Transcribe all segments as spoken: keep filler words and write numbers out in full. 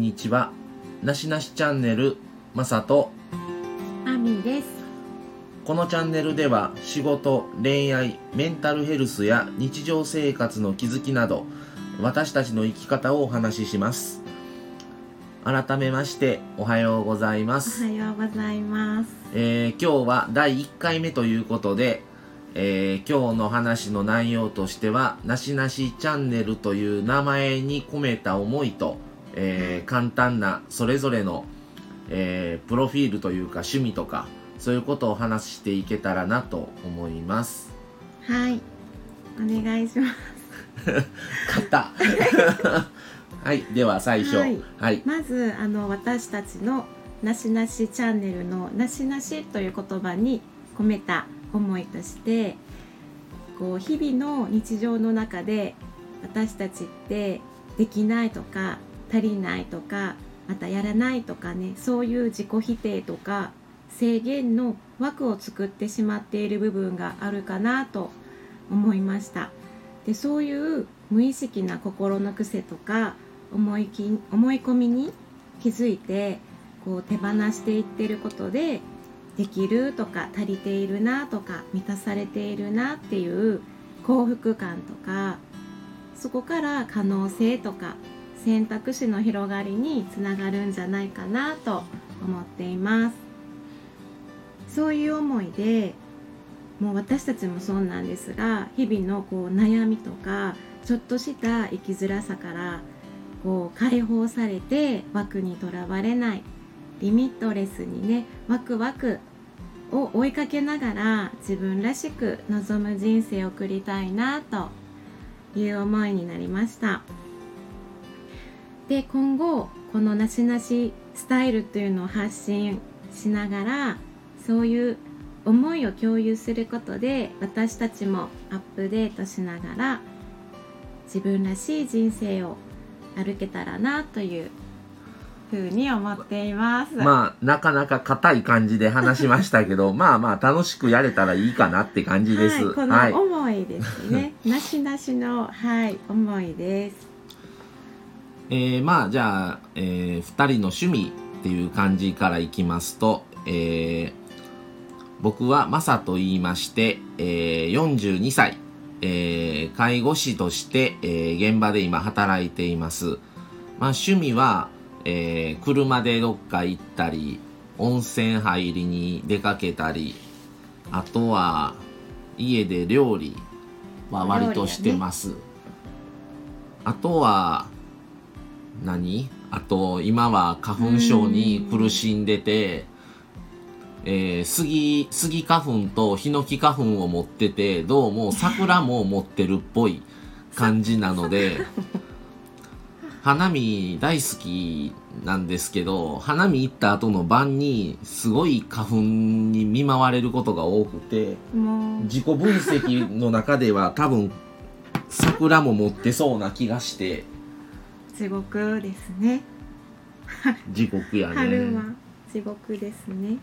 にちは。なしなしチャンネルまさとあみです。 このチャンネルでは仕事、恋愛、メンタルヘルスや日常生活の気づきなど私たちの生き方をお話しします。改めましておはようございます。 おはようございます。 えー、今日はだいいっかいめということで、えー、今日の話の内容としてはなしなしチャンネルという名前に込めた思いと、えー、簡単なそれぞれの、えー、プロフィールというか趣味とかそういうことを話していけたらなと思います。 はい、お願いします。 型はい、では最初、 はいはい、 まずあの私たちのなしなしチャンネルのなしなしという言葉に込めた思いとして、こう日々の日常の中で私たちってできないとか足りないとかまたやらないとかね、そういう自己否定とか制限の枠を作ってしまっている部分があるかなと思いました。でそういう無意識な心の癖とか思いき思い込みに気づいてこう手放していってることで、できるとか足りているなとか満たされているなっていう幸福感とか、そこから可能性とか選択肢の広がりにつながるんじゃないかなと思っています。そういう思いでもう私たちもそうなんですが、日々のこう悩みとかちょっとした生きづらさからこう解放されて、枠にとらわれないリミットレスにね、ワクワクを追いかけながら自分らしく望む人生を送りたいなという思いになりました。で今後このなしなしスタイルというのを発信しながら、そういう思いを共有することで私たちもアップデートしながら自分らしい人生を歩けたらなというふうに思っています。 まあなかなか硬い感じで話しましたけどまあまあ楽しくやれたらいいかなって感じです。 はい、この思いですね、はい、なしなしの、はい、思いです。 えー、まあじゃあ、えー、ふたりの趣味っていう感じからいきますと、えー、僕はマサと言いまして、えー、よんじゅうにさい、えー、介護士として、えー、現場で今働いています。まあ趣味は、えー、車でどっか行ったり、温泉入りに出かけたり、あとは家で料理は割としてます。ね、あとは何あと今は花粉症に苦しんでて、えー、杉杉花粉とヒノキ花粉を持ってて、どうも桜も持ってるっぽい感じなので花見大好きなんですけど、花見行った後の晩にすごい花粉に見舞われることが多くて、自己分析の中では多分桜も持ってそうな気がして地獄ですね。 地獄やね。 春は地獄ですね。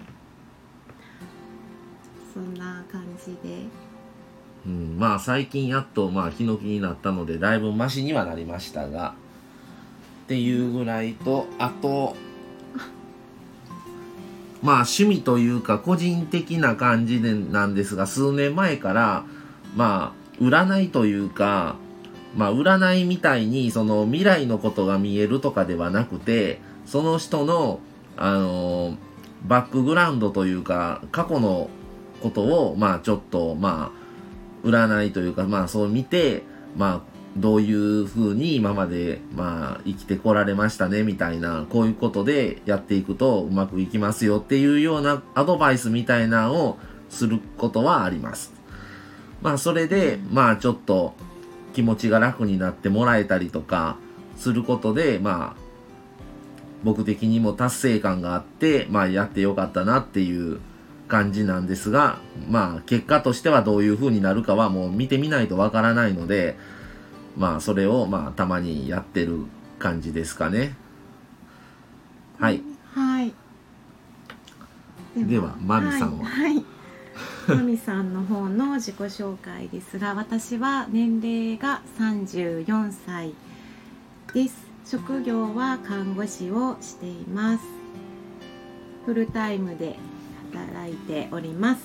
そんな感じで、 うん、まあ最近やっとまあヒノキになったのでだいぶマシにはなりましたがっていうぐらいと、あとまあ趣味というか個人的な感じでなんですが、数年前からまあ占いというか、まあ占いみたいにその未来のことが見えるとかではなくて、その人のあのバックグラウンドというか過去のことをまあちょっとまあ占いというかまあそう見て、まあどういう風に今までまあ生きてこられましたねみたいな、こういうことでやっていくとうまくいきますよっていうようなアドバイスみたいなのをすることはあります。まあそれでまあちょっと気持ちが楽になってもらえたりとかすることで、まあ僕的にも達成感があってまあやってよかったなっていう感じなんですが、まあ結果としてはどういう風になるかはもう見てみないとわからないので、まあそれをまあたまにやってる感じですかね。はい、 はい、 ではマミさんは。 はい、はい、マミさんの方の自己紹介ですが、私は年齢がさんじゅうよんさいです。 職業は看護師をしています。フルタイムで働いております。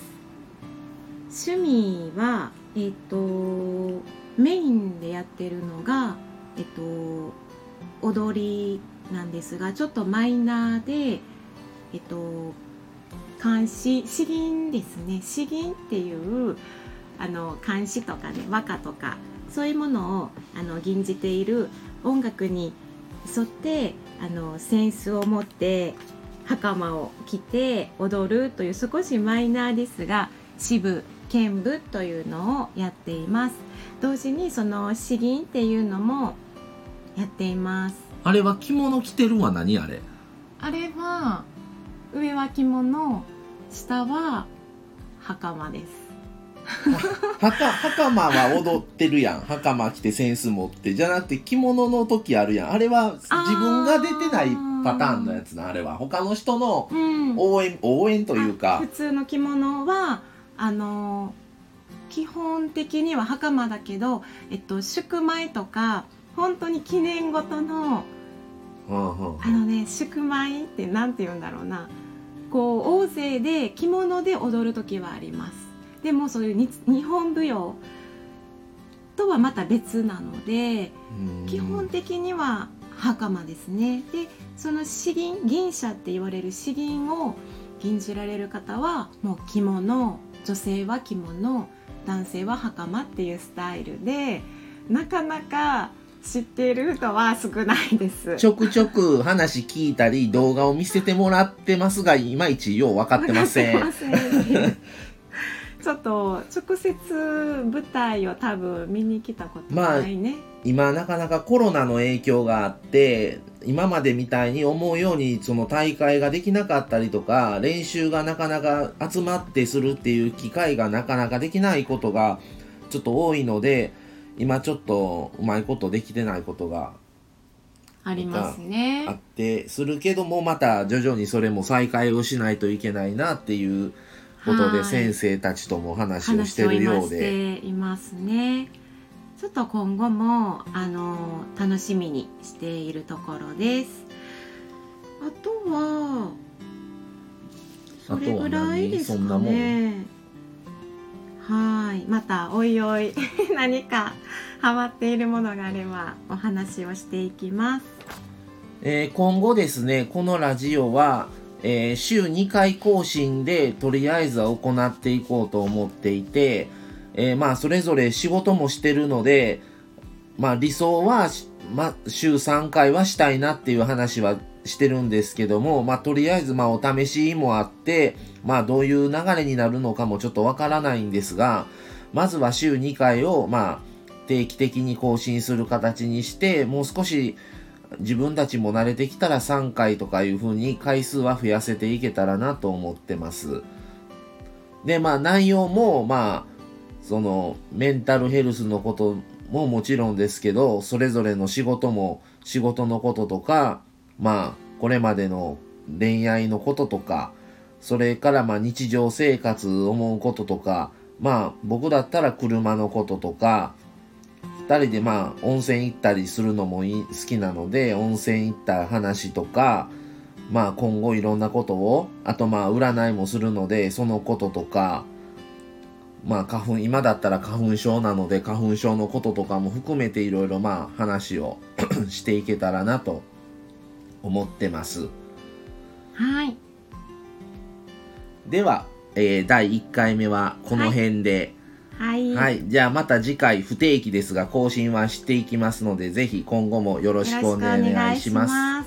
趣味は、えっと、メインでやってるのが、えっと、踊りなんですが、ちょっとマイナーで、えっと、漢詩、詩吟ですね。詩吟っていうあの漢詩とかね、和歌とかそういうものをあの吟じている音楽に沿ってあのセンスを持って袴を着て踊るという少しマイナーですが詩舞剣舞というのをやっています。同時にその詩吟っていうのもやっています。 あれは着物着てるは何あれ？ あれは上は着物、下は袴です。 はか袴は踊ってるやん。袴着てセンス持ってじゃなくて着物の時あるやん。あれは自分が出てないパターンのやつな。あれは他の人の応援、うん、応援というか、 普通の着物はあの基本的には袴だけど、えっと、祝舞とか本当に記念ごとの、うんうん、あのね祝舞ってなんて言うんだろうな、こう大勢で着物で踊る時はあります。でもそういう日本舞踊とはまた別なので基本的には袴ですね。でその詩吟、吟者って言われる詩吟を吟じられる方はもう着物、女性は着物、男性は袴っていうスタイルで、なかなか知っている人は少ないです。 ちょくちょく話聞いたり動画を見せてもらってますが、いまいちよう分かってません。 ちょっと直接舞台を多分見に来たことないね、まあ、 今なかなかコロナの影響があって今までみたいに思うようにその大会ができなかったりとか練習がなかなか集まってするっていう機会がなかなかできないことがちょっと多いので、今ちょっとうまいことできてないことがありますね。 あってするけども、また徐々にそれも再開をしないといけないなっていうことで先生たちとも話をしてるようで、 話をしていますね。ちょっと今後もあの楽しみにしているところです。あとはそれぐらいですかね。はい、またおいおい何かハマっているものがあればお話をしていきます。 えー、今後ですね、このラジオはえー、週にかい更新でとりあえずは行っていこうと思っていて、えー、まあそれぞれ仕事もしてるので、まあ理想は、ま、週さんかいはしたいなっていう話はしてるんですけども、まあとりあえずまあお試しもあって、まあどういう流れになるのかもちょっとわからないんですが、まずは週にかいをまあ定期的に更新する形にして、もう少し自分たちも慣れてきたらさんかいとかいう風に回数は増やせていけたらなと思ってます。で、まあ内容もまあそのメンタルヘルスのことももちろんですけど、それぞれの仕事も仕事のこととか、まあこれまでの恋愛のこととか、それからまあ日常生活思うこととか、まあ僕だったら車のこととか、ふたりでまあ温泉行ったりするのも好きなので温泉行った話とか、まあ今後いろんなことを、あとまあ占いもするのでそのこととか、まあ花粉、今だったら花粉症なので花粉症のこととかも含めていろいろまあ話をしていけたらなと思ってます。 はい。 では、えー、だいいっかいめはこの辺で、はいはい、 はい、じゃあまた次回不定期ですが更新はしていきますので、ぜひ今後もよろしくお願いします。 ます。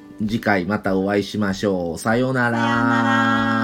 では次回またお会いしましょう。さようなら。 さようなら。